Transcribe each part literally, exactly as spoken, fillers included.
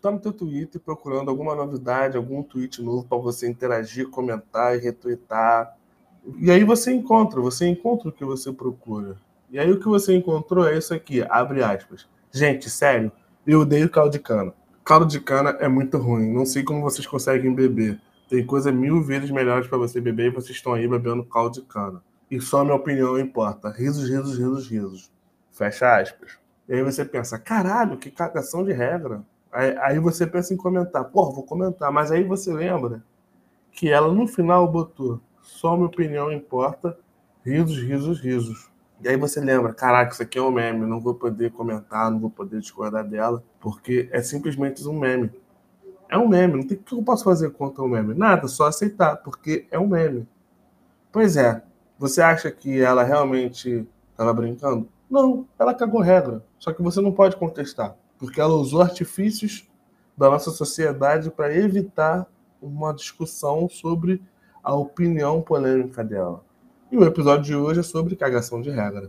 tá no teu Twitter procurando alguma novidade, algum tweet novo para você interagir, comentar e retweetar. E aí você encontra, você encontra o que você procura. E aí o que você encontrou é isso aqui, abre aspas. Gente, sério, eu odeio caldo de cana. Caldo de cana é muito ruim, não sei como vocês conseguem beber. Tem coisa mil vezes melhores para você beber e vocês estão aí bebendo caldo de cana. E só minha opinião importa. Risos, risos, risos, risos. Fecha aspas. E aí você pensa, caralho, que cagação de regra. Aí, aí você pensa em comentar. Porra, vou comentar. Mas aí você lembra que ela no final botou só minha opinião importa, risos, risos, risos. E aí você lembra, caraca, isso aqui é um meme, não vou poder comentar, não vou poder discordar dela, porque é simplesmente um meme. É um meme, não tem o que eu posso fazer contra um meme? Nada, só aceitar, porque é um meme. Pois é, você acha que ela realmente estava brincando? Não, ela cagou regra. Só que você não pode contestar, porque ela usou artifícios da nossa sociedade para evitar uma discussão sobre a opinião polêmica dela. E o episódio de hoje é sobre cagação de regra.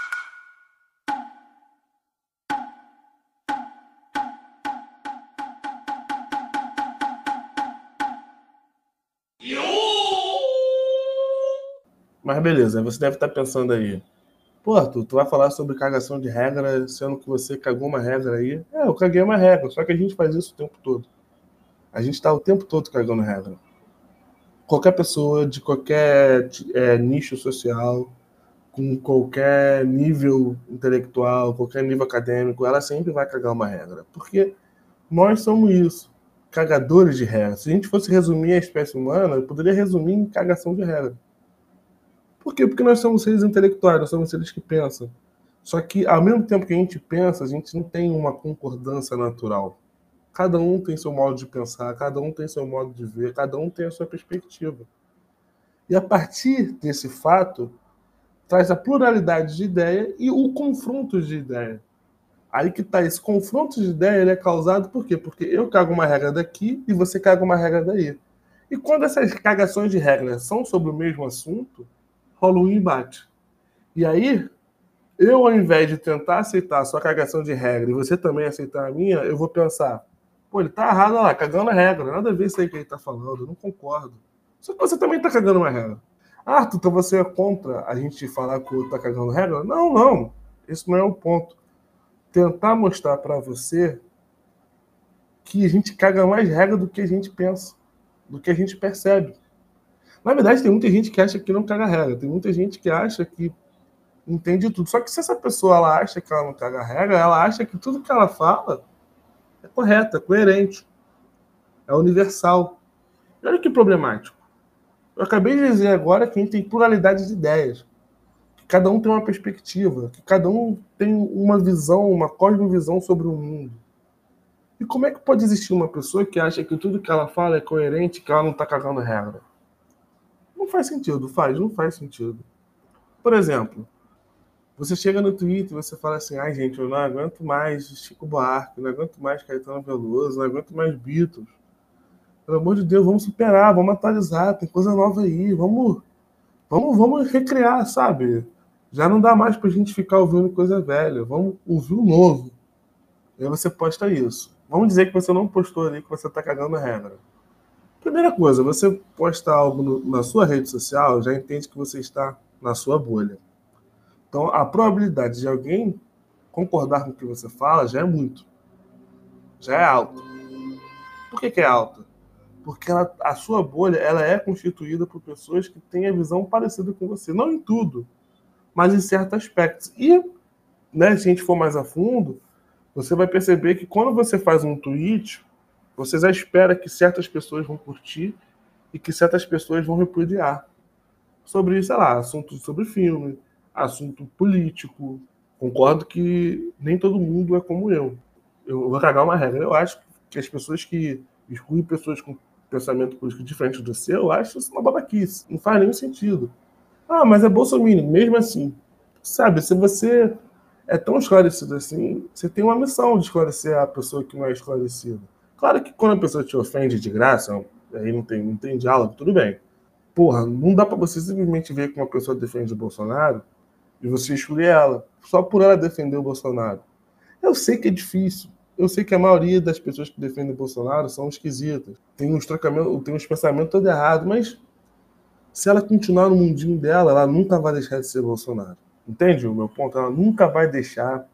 Mas beleza, você deve estar pensando aí, pô, Arthur, tu vai falar sobre cagação de regra, sendo que você cagou uma regra aí. É, eu caguei uma regra, só que a gente faz isso o tempo todo. A gente está o tempo todo cagando regra. Qualquer pessoa de qualquer é, nicho social, com qualquer nível intelectual, qualquer nível acadêmico, ela sempre vai cagar uma regra. Porque nós somos isso, cagadores de regra. Se a gente fosse resumir a espécie humana, eu poderia resumir em cagação de regra. Por quê? Porque nós somos seres intelectuais, nós somos seres que pensam. Só que, ao mesmo tempo que a gente pensa, a gente não tem uma concordância natural. Cada um tem seu modo de pensar, cada um tem seu modo de ver, cada um tem a sua perspectiva. E a partir desse fato, traz a pluralidade de ideia e o confronto de ideia. Aí que tá, esse confronto de ideia ele é causado por quê? Porque eu cago uma regra daqui e você caga uma regra daí. E quando essas cagações de regras são sobre o mesmo assunto, rola um embate. E aí, eu, ao invés de tentar aceitar a sua cagação de regra e você também aceitar a minha, eu vou pensar, pô, ele tá errado lá, cagando a regra, nada a ver isso aí que ele tá falando, eu não concordo. Só que você também tá cagando uma regra. Ah, Arthur, então você é contra a gente falar que o outro tá cagando regra? Não, não, esse não é o ponto. Tentar mostrar para você que a gente caga mais regra do que a gente pensa, do que a gente percebe. Na verdade, tem muita gente que acha que não caga regra, tem muita gente que acha que entende tudo. Só que se essa pessoa ela acha que ela não caga regra, ela acha que tudo que ela fala é correto, é coerente, é universal. E olha que problemático. Eu acabei de dizer agora que a gente tem pluralidade de ideias, que cada um tem uma perspectiva, que cada um tem uma visão, uma cosmovisão sobre o mundo. E como é que pode existir uma pessoa que acha que tudo que ela fala é coerente, que ela não está cagando regra? Não faz sentido, faz, não faz sentido. Por exemplo, você chega no Twitter e você fala assim, ai gente, eu não aguento mais Chico Buarque, não aguento mais Caetano Veloso, não aguento mais Beatles. Pelo amor de Deus, vamos superar, vamos atualizar, tem coisa nova aí, vamos, vamos, vamos recriar, sabe? Já não dá mais pra gente ficar ouvindo coisa velha, vamos ouvir o novo. E aí você posta isso. Vamos dizer que você não postou ali que você tá cagando a regra. Primeira coisa, você posta algo no, na sua rede social, já entende que você está na sua bolha. Então, a probabilidade de alguém concordar com o que você fala já é muito. Já é alta. Por que, que é alta? Porque ela, a sua bolha ela é constituída por pessoas que têm a visão parecida com você. Não em tudo, mas em certos aspectos. E, né, se a gente for mais a fundo, você vai perceber que quando você faz um tweet, você já espera que certas pessoas vão curtir e que certas pessoas vão repudiar. Sobre, sei lá, assunto sobre filme, assunto político. Concordo que nem todo mundo é como eu. Eu vou cagar uma regra. Eu acho que as pessoas que excluem pessoas com pensamento político diferente do seu, eu acho isso uma babaquice. Não faz nenhum sentido. Ah, mas é bolsominion, mesmo assim. Sabe, se você é tão esclarecido assim, você tem uma missão de esclarecer a pessoa que não é esclarecida. Claro que quando a pessoa te ofende de graça, aí não tem, não tem diálogo, tudo bem. Porra, não dá pra você simplesmente ver que uma pessoa defende o Bolsonaro e você excluir ela, só por ela defender o Bolsonaro. Eu sei que é difícil. Eu sei que a maioria das pessoas que defendem Bolsonaro são esquisitas, tem uns trocamentos, tem uns pensamentos todos errados, mas se ela continuar no mundinho dela, ela nunca vai deixar de ser Bolsonaro. Entende o meu ponto? Ela nunca vai deixar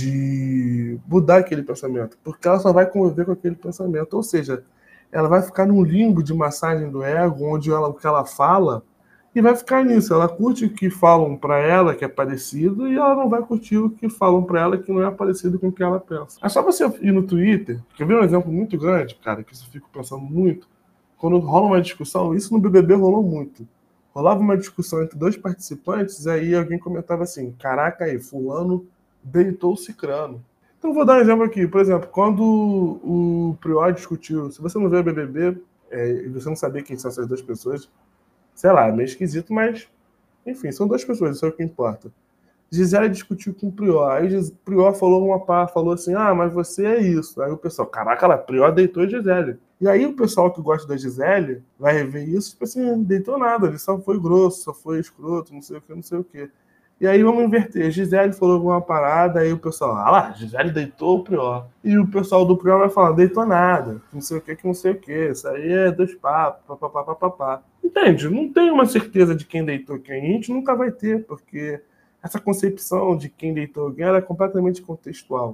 de mudar aquele pensamento, porque ela só vai conviver com aquele pensamento. Ou seja, ela vai ficar num limbo de massagem do ego, onde ela, o que ela fala, e vai ficar nisso. Ela curte o que falam para ela, que é parecido, e ela não vai curtir o que falam para ela, que não é parecido com o que ela pensa. É só você ir no Twitter, que eu vi um exemplo muito grande, cara, que eu fico pensando muito. Quando rola uma discussão, isso no B B B rolou muito. Rolava uma discussão entre dois participantes, aí alguém comentava assim: caraca, aí, fulano deitou o cicrano. Então vou dar um exemplo aqui. Por exemplo, quando o Prior discutiu, se você não vê o B B B é, e você não sabia quem são essas duas pessoas, sei lá, é meio esquisito, mas enfim, são duas pessoas, isso é o que importa. Gisele discutiu com o Prior. Aí o Prior falou uma pá, falou assim: ah, mas você é isso. Aí o pessoal, caraca, ela, Prior deitou a Gisele. E aí o pessoal que gosta da Gisele vai rever isso, tipo assim, não deitou nada, ele só foi grosso, só foi escroto, não sei o que, não sei o que. E aí vamos inverter. Gisele falou alguma parada, aí o pessoal, ah lá, Gisele deitou o Prior. E o pessoal do Prior vai falar, deitou nada, não sei o que, que não sei o que. Isso aí é dois papos, papapá, papapá. Entende? Não tem uma certeza de quem deitou quem. A gente nunca vai ter, porque essa concepção de quem deitou alguém ela é completamente contextual.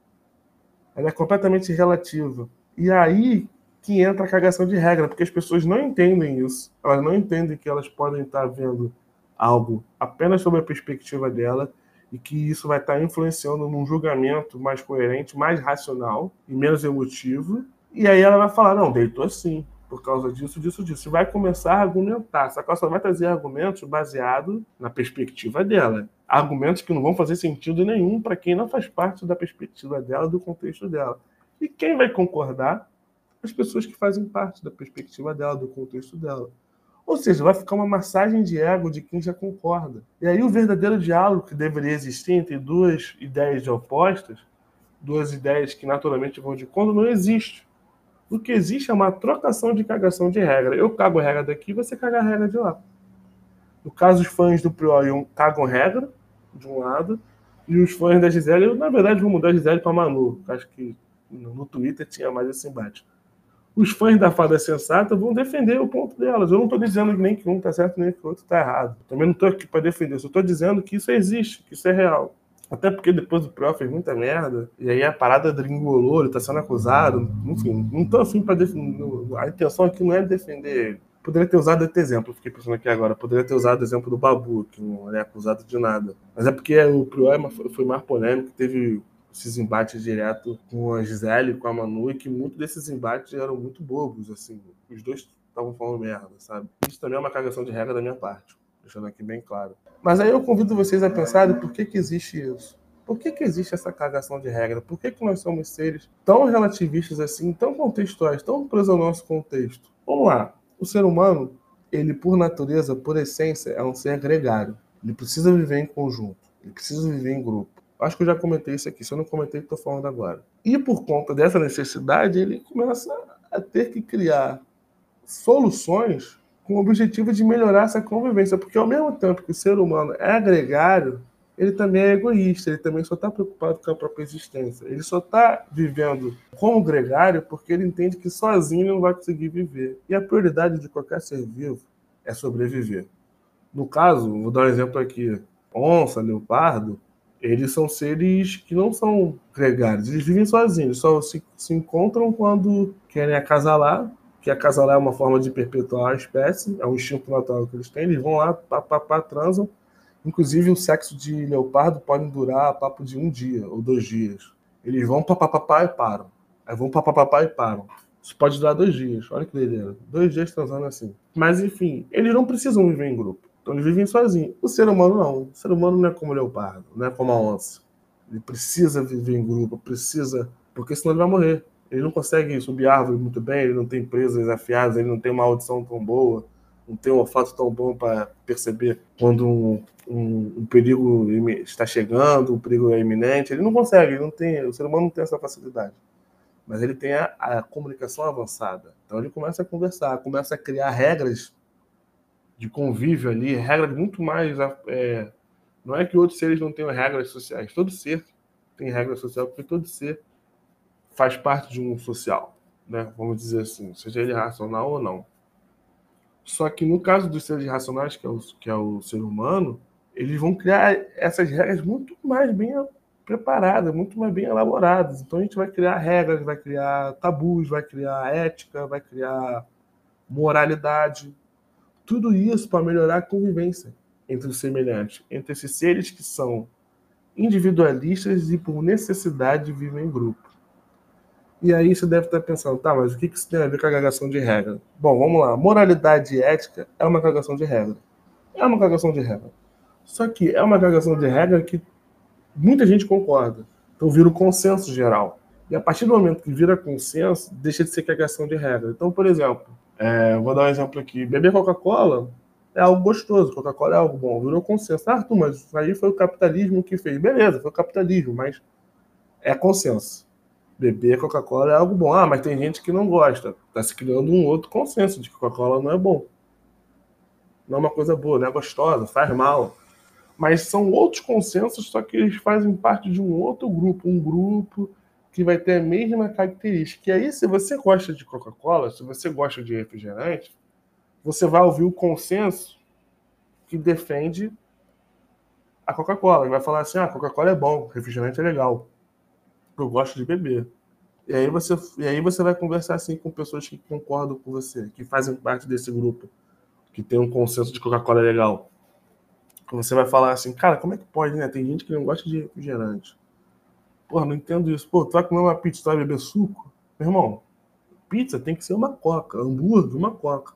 Ela é completamente relativa. E aí que entra a cagação de regra, porque as pessoas não entendem isso. Elas não entendem que elas podem estar vendo algo apenas sob a perspectiva dela e que isso vai estar influenciando num julgamento mais coerente, mais racional e menos emotivo. E aí ela vai falar, não, deitou sim, por causa disso, disso, disso. E vai começar a argumentar. Só que ela só vai trazer argumentos baseados na perspectiva dela. Argumentos que não vão fazer sentido nenhum para quem não faz parte da perspectiva dela, do contexto dela. E quem vai concordar? As pessoas que fazem parte da perspectiva dela, do contexto dela. Ou seja, vai ficar uma massagem de ego de quem já concorda. E aí o verdadeiro diálogo que deveria existir entre duas ideias opostas, duas ideias que naturalmente vão de encontro, não existe. O que existe é uma trocação de cagação de regra. Eu cago a regra daqui, você caga a regra de lá. No caso, os fãs do Prior cagam regra, de um lado, e os fãs da Gisele, eu, na verdade, vou mudar a Gisele para Manu. Acho que no Twitter tinha mais esse embate. Os fãs da Fada Sensata vão defender o ponto delas. Eu não estou dizendo nem que um está certo nem que o outro está errado. Também não estou aqui para defender. Só estou dizendo que isso existe, que isso é real. Até porque depois o Prior fez muita merda. E aí a parada dringolou, ele está sendo acusado. Enfim, não estou afim para defender. A intenção aqui não é defender ele. Poderia ter usado esse exemplo, fiquei pensando aqui agora. Poderia ter usado o exemplo do Babu, que não é acusado de nada. Mas é porque o Prior foi mais polêmico, teve esses embates direto com a Gisele, com a Manu, e que muitos desses embates eram muito bobos, assim. Os dois estavam falando merda, sabe? Isso também é uma cagação de regra da minha parte, deixando aqui bem claro. Mas aí eu convido vocês a pensarem por que que existe isso. Por que que existe essa cagação de regra? Por que que nós somos seres tão relativistas assim, tão contextuais, tão presos ao nosso contexto? Vamos lá. O ser humano, ele por natureza, por essência, é um ser gregário. Ele precisa viver em conjunto. Ele precisa viver em grupo. Acho que eu já comentei isso aqui. Se eu não comentei, estou falando agora. E por conta dessa necessidade, ele começa a ter que criar soluções com o objetivo de melhorar essa convivência. Porque ao mesmo tempo que o ser humano é gregário, ele também é egoísta, ele também só está preocupado com a própria existência. Ele só está vivendo como gregário porque ele entende que sozinho ele não vai conseguir viver. E a prioridade de qualquer ser vivo é sobreviver. No caso, vou dar um exemplo aqui. Onça, leopardo, eles são seres que não são gregários, eles vivem sozinhos, só se, se encontram quando querem acasalar, que acasalar é uma forma de perpetuar a espécie, é um instinto natural que eles têm, eles vão lá, pá, pá, pá, transam. Inclusive o sexo de leopardo pode durar papo de um dia ou dois dias. Eles vão pá, pá, pá, pá e param. Aí vão pá, pá, pá, pá e param. Isso pode durar dois dias, olha que doideira. Dois dias transando assim. Mas enfim, eles não precisam viver em grupo. Então eles vivem sozinhos. O ser humano não. O ser humano não é como o leopardo, não é como a onça. Ele precisa viver em grupo, precisa, porque senão ele vai morrer. Ele não consegue subir árvore muito bem, ele não tem presas afiadas, ele não tem uma audição tão boa, não tem um olfato tão bom para perceber quando um, um, um perigo está chegando, um perigo é iminente. Ele não consegue, ele não tem, o ser humano não tem essa facilidade. Mas ele tem a, a comunicação avançada. Então ele começa a conversar, começa a criar regras de convívio ali, regras muito mais... É, não é que outros seres não tenham regras sociais. Todo ser tem regra social, porque todo ser faz parte de um social, né? Vamos dizer assim, seja ele racional ou não. Só que no caso dos seres racionais, que é o, que é o ser humano, eles vão criar essas regras muito mais bem preparadas, muito mais bem elaboradas. Então a gente vai criar regras, vai criar tabus, vai criar ética, vai criar moralidade. Tudo isso para melhorar a convivência entre os semelhantes, entre esses seres que são individualistas e por necessidade vivem em grupo. E aí você deve estar pensando, tá, mas o que isso tem a ver com a cagação de regra? Bom, vamos lá. Moralidade e ética é uma cagação de regra. É uma cagação de regra. Só que é uma cagação de regra que muita gente concorda. Então vira o consenso geral. E a partir do momento que vira consenso, deixa de ser cagação de regra. Então, por exemplo, é, vou dar um exemplo aqui. Beber Coca-Cola é algo gostoso. Coca-Cola é algo bom. Virou consenso. Ah, Arthur, mas isso aí foi o capitalismo que fez. Beleza, foi o capitalismo, mas é consenso. Beber Coca-Cola é algo bom. Ah, mas tem gente que não gosta. Está se criando um outro consenso de que Coca-Cola não é bom. Não é uma coisa boa, não é gostosa, faz mal. Mas são outros consensos, só que eles fazem parte de um outro grupo. Um grupo que vai ter a mesma característica. E aí, se você gosta de Coca-Cola, se você gosta de refrigerante, você vai ouvir o consenso que defende a Coca-Cola. Vai falar assim, ah, Coca-Cola é bom, refrigerante é legal. Eu gosto de beber. E aí você, e aí você vai conversar assim com pessoas que concordam com você, que fazem parte desse grupo, que tem um consenso de Coca-Cola legal. Você vai falar assim, cara, como é que pode, né? Tem gente que não gosta de refrigerante. Porra, não entendo isso. Pô, tu vai comer uma pizza, tu vai beber suco? Meu irmão, pizza tem que ser uma coca, hambúrguer, uma coca.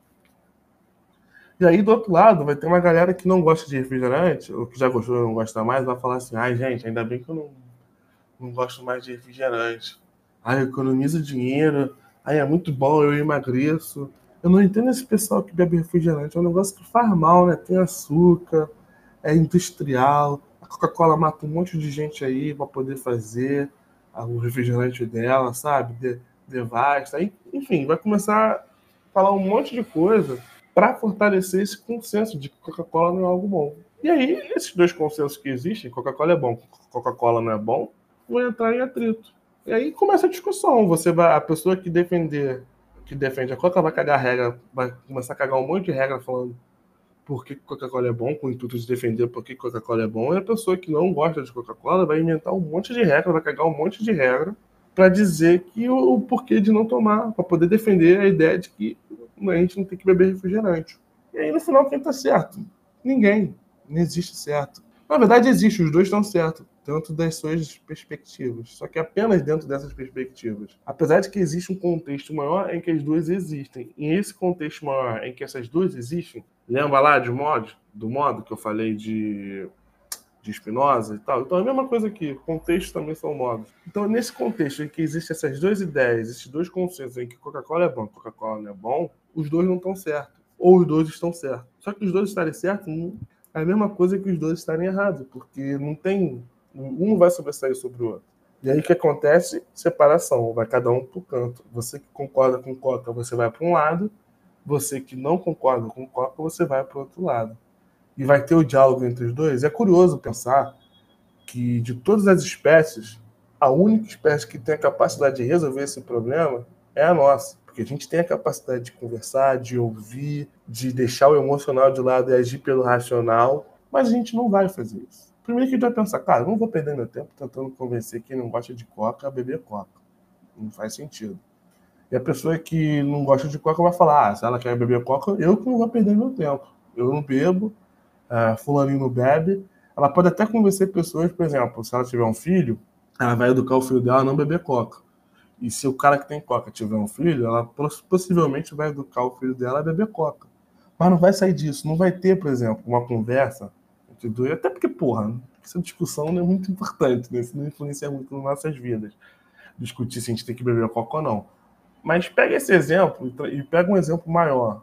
E aí, do outro lado, vai ter uma galera que não gosta de refrigerante, ou que já gostou e não gosta mais, vai falar assim, ai, gente, ainda bem que eu não, não gosto mais de refrigerante. Ai, eu economizo dinheiro. Ai, é muito bom, eu emagreço. Eu não entendo esse pessoal que bebe refrigerante. É um negócio que faz mal, né? Tem açúcar, é industrial. A Coca-Cola mata um monte de gente aí para poder fazer o refrigerante dela, sabe? De, devasta. Aí, enfim, vai começar a falar um monte de coisa para fortalecer esse consenso de que Coca-Cola não é algo bom. E aí, esses dois consensos que existem, Coca-Cola é bom, Coca-Cola não é bom, vão entrar em atrito. E aí começa a discussão. Você vai, a pessoa que defender, que defende a Coca vai cagar regra, vai começar a cagar um monte de regra falando por que Coca-Cola é bom, com o intuito de defender por que Coca-Cola é bom. E a pessoa que não gosta de Coca-Cola vai inventar um monte de regra, vai cagar um monte de regra para dizer que o, o porquê de não tomar, para poder defender a ideia de que a gente não tem que beber refrigerante. E aí no final quem tá certo? Ninguém. Não existe certo. Na verdade existe, os dois estão certos, dentro das suas perspectivas, só que apenas dentro dessas perspectivas. Apesar de que existe um contexto maior em que as duas existem, e esse contexto maior em que essas duas existem, lembra lá de modo, do modo que eu falei de, de Spinoza e tal? Então é a mesma coisa aqui, contextos também são modos. Então nesse contexto em que existem essas duas ideias, esses dois consensos em que Coca-Cola é bom, Coca-Cola não é bom, os dois não estão certos, ou os dois estão certos. Só que os dois estarem certos não é a mesma coisa que os dois estarem errados, porque não tem, um não vai sobressair sobre o outro. E aí o que acontece? Separação, vai cada um pro canto. Você que concorda com Coca, você vai para um lado, você que não concorda com Coca, você vai para o outro lado. E vai ter o diálogo entre os dois. É curioso pensar que de todas as espécies, a única espécie que tem a capacidade de resolver esse problema é a nossa. Porque a gente tem a capacidade de conversar, de ouvir, de deixar o emocional de lado e agir pelo racional, mas a gente não vai fazer isso. Primeiro que a gente vai pensar, cara, eu não vou perder meu tempo tentando convencer quem não gosta de Coca a beber Coca. Não faz sentido. E a pessoa que não gosta de Coca vai falar, ah, se ela quer beber Coca, eu que não vou perder meu tempo. Eu não bebo, uh, fulaninho não bebe. Ela pode até convencer pessoas, por exemplo, se ela tiver um filho, ela vai educar o filho dela a não beber Coca. E se o cara que tem Coca tiver um filho, ela possivelmente vai educar o filho dela a beber Coca. Mas não vai sair disso. Não vai ter, por exemplo, uma conversa entre dois. Até porque, porra, essa discussão não é muito importante, né? Isso não influencia muito nas nossas vidas. Discutir se a gente tem que beber Coca ou não. Mas pega esse exemplo e pega um exemplo maior.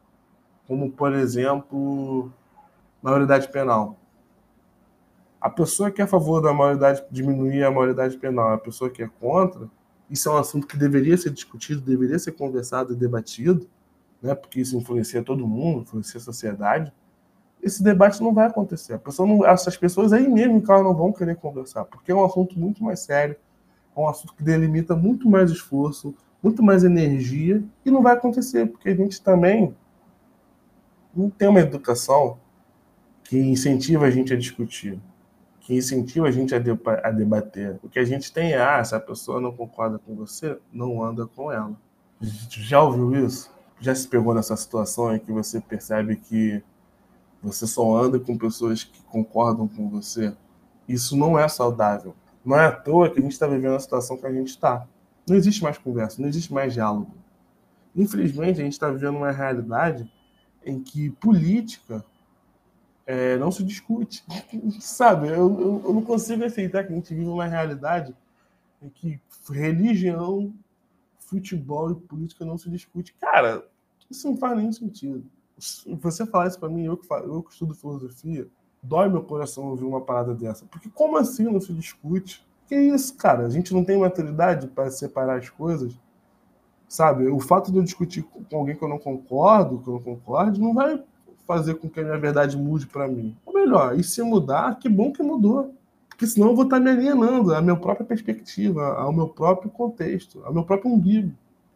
Como, por exemplo, maioridade penal. A pessoa que é a favor da maioridade, diminuir a maioridade penal, a pessoa que é contra, isso é um assunto que deveria ser discutido, deveria ser conversado e debatido, né? Porque isso influencia todo mundo, influencia a sociedade. Esse debate não vai acontecer. A pessoa não, essas pessoas aí mesmo que elas não vão querer conversar, porque é um assunto muito mais sério, é um assunto que delimita muito mais esforço, muito mais energia, e não vai acontecer, porque a gente também não tem uma educação que incentiva a gente a discutir, que incentiva a gente a, deba- a debater. O que a gente tem é, ah, se a pessoa não concorda com você, não anda com ela. Já ouviu isso? Já se pegou nessa situação em que você percebe que você só anda com pessoas que concordam com você? Isso não é saudável. Não é à toa que a gente está vivendo a situação que a gente está. Não existe mais conversa, não existe mais diálogo. Infelizmente, a gente está vivendo uma realidade em que política é, não se discute. Sabe, eu, eu, eu não consigo aceitar que a gente vive uma realidade em que religião, futebol e política não se discute. Cara, isso não faz nenhum sentido. Você falar isso para mim, eu que, falo, eu que estudo filosofia, dói meu coração ouvir uma parada dessa. Porque como assim não se discute? Que isso, cara? A gente não tem maturidade para separar as coisas, sabe? O fato de eu discutir com alguém que eu não concordo, que eu não concorde, não vai fazer com que a minha verdade mude para mim. Ou melhor, e se mudar, que bom que mudou. Porque senão eu vou estar me alienando à minha própria perspectiva, ao meu próprio contexto, ao meu próprio umbigo,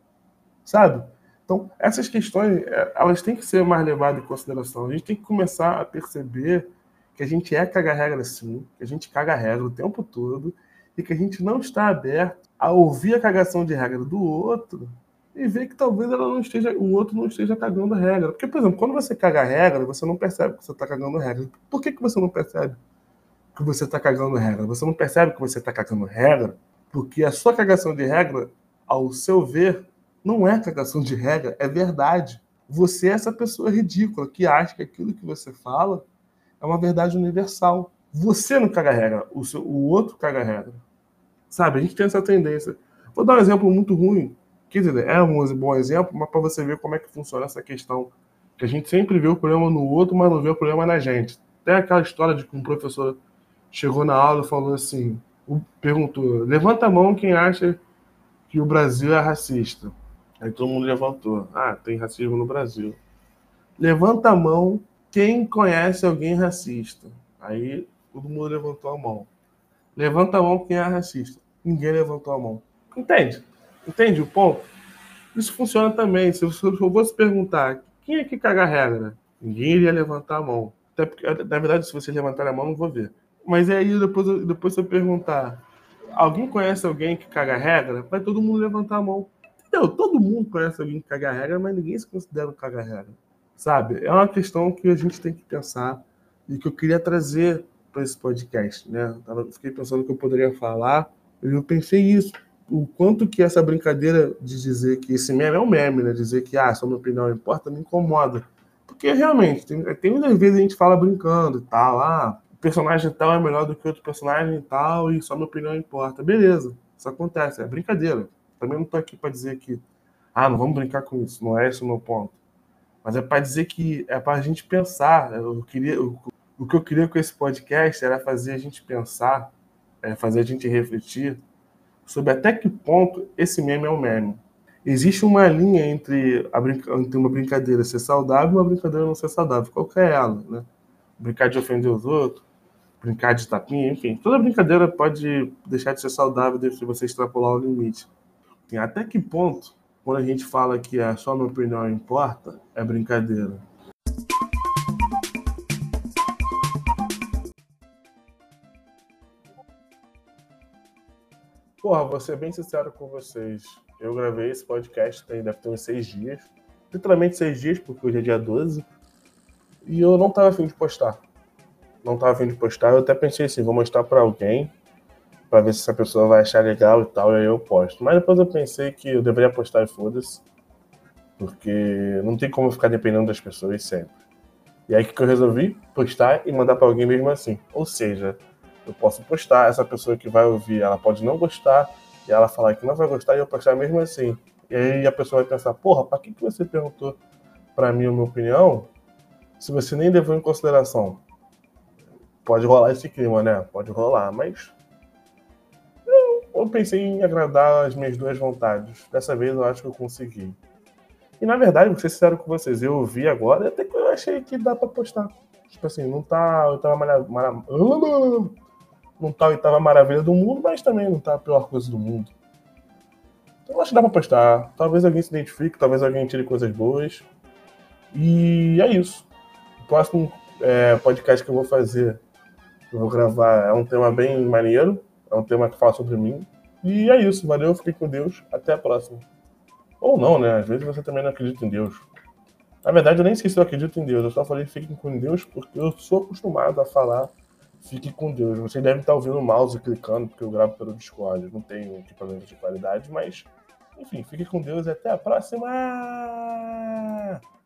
sabe? Então, essas questões, elas têm que ser mais levadas em consideração. A gente tem que começar a perceber que a gente é caga-regra sim, que a gente caga regra o tempo todo e que a gente não está aberto a ouvir a cagação de regra do outro e ver que talvez ela não esteja, o outro não esteja cagando a regra. Porque, por exemplo, quando você caga a regra, você não percebe que você está cagando a regra. Por que, que você não percebe que você está cagando regra? Você não percebe que você está cagando regra porque a sua cagação de regra, ao seu ver, não é cagação de regra, é verdade. Você é essa pessoa ridícula que acha que aquilo que você fala é uma verdade universal. Você não caga regra, o, seu, o outro caga regra. Sabe, a gente tem essa tendência. Vou dar um exemplo muito ruim, quer dizer, é um bom exemplo, mas para você ver como é que funciona essa questão. Que a gente sempre vê o problema no outro, mas não vê o problema na gente. Tem aquela história de que um professor chegou na aula e falou assim, perguntou, levanta a mão quem acha que o Brasil é racista. Aí todo mundo levantou. Ah, tem racismo no Brasil. Levanta a mão quem conhece alguém racista. Aí todo mundo levantou a mão. Levanta a mão quem é racista. Ninguém levantou a mão. Entende? Entende o ponto? Isso funciona também. Se eu fosse perguntar quem é que caga a regra, ninguém iria levantar a mão. Até porque, na verdade, se você levantar a mão, não vou ver. Mas aí depois, depois se eu perguntar, alguém conhece alguém que caga a regra? Vai todo mundo levantar a mão. Entendeu? Todo mundo conhece alguém que caga a regra, mas ninguém se considera um caga a regra. Sabe? É uma questão que a gente tem que pensar e que eu queria trazer para esse podcast, né? Eu fiquei pensando que eu poderia falar, e eu pensei isso. O quanto que essa brincadeira de dizer que esse meme é um meme, né? Dizer que, ah, só minha opinião importa, me incomoda. Porque realmente, tem, tem muitas vezes a gente fala brincando e tal, ah, o personagem tal é melhor do que outro personagem e tal, e só minha opinião importa. Beleza, isso acontece, é brincadeira. Também não tô aqui para dizer que, ah, não vamos brincar com isso, não é esse o meu ponto. Mas é para dizer que é para a gente pensar. Eu queria, eu, o que eu queria com esse podcast era fazer a gente pensar, é fazer a gente refletir sobre até que ponto esse meme é um meme. Existe uma linha entre, a brinca, entre uma brincadeira ser saudável e uma brincadeira não ser saudável. Qual que é ela, né? Brincar de ofender os outros, brincar de tapinha, enfim. Toda brincadeira pode deixar de ser saudável se você extrapolar o limite. E até que ponto, quando a gente fala que a só minha opinião importa, é brincadeira. Porra, vou ser bem sincero com vocês. Eu gravei esse podcast, tem, deve ter uns seis dias. Literalmente seis dias, porque hoje é dia doze. E eu não tava afim de postar. Não tava afim de postar. Eu até pensei assim, vou mostrar pra alguém, pra ver se essa pessoa vai achar legal e tal, e aí eu posto. Mas depois eu pensei que eu deveria postar e foda-se. Porque não tem como ficar dependendo das pessoas sempre. E aí o que eu resolvi? Postar e mandar pra alguém mesmo assim. Ou seja, eu posso postar, essa pessoa que vai ouvir, ela pode não gostar, e ela falar que não vai gostar e eu postar mesmo assim. E aí a pessoa vai pensar, porra, pra que, que você perguntou pra mim a minha opinião se você nem levou em consideração? Pode rolar esse clima, né? Pode rolar, mas eu, eu pensei em agradar as minhas duas vontades. Dessa vez eu acho que eu consegui. E na verdade, vou ser sincero com vocês, eu ouvi agora e até que eu achei que dá pra postar. Tipo assim, não tá. Eu tava malha, malha, Não tá a oitava maravilha do mundo, mas também não tá a pior coisa do mundo. Então acho que dá pra postar. Talvez alguém se identifique, talvez alguém tire coisas boas. E é isso. O próximo é, podcast que eu vou fazer, que eu vou gravar, é um tema bem maneiro. É um tema que fala sobre mim. E é isso. Valeu, fiquem com Deus. Até a próxima. Ou não, né? Às vezes você também não acredita em Deus. Na verdade, eu nem sei se eu acredito em Deus. Eu só falei fiquem com Deus porque eu sou acostumado a falar fique com Deus. Vocês devem estar ouvindo o mouse clicando, porque eu gravo pelo Discord. Não tenho equipamento de qualidade, mas, enfim, fique com Deus e até a próxima!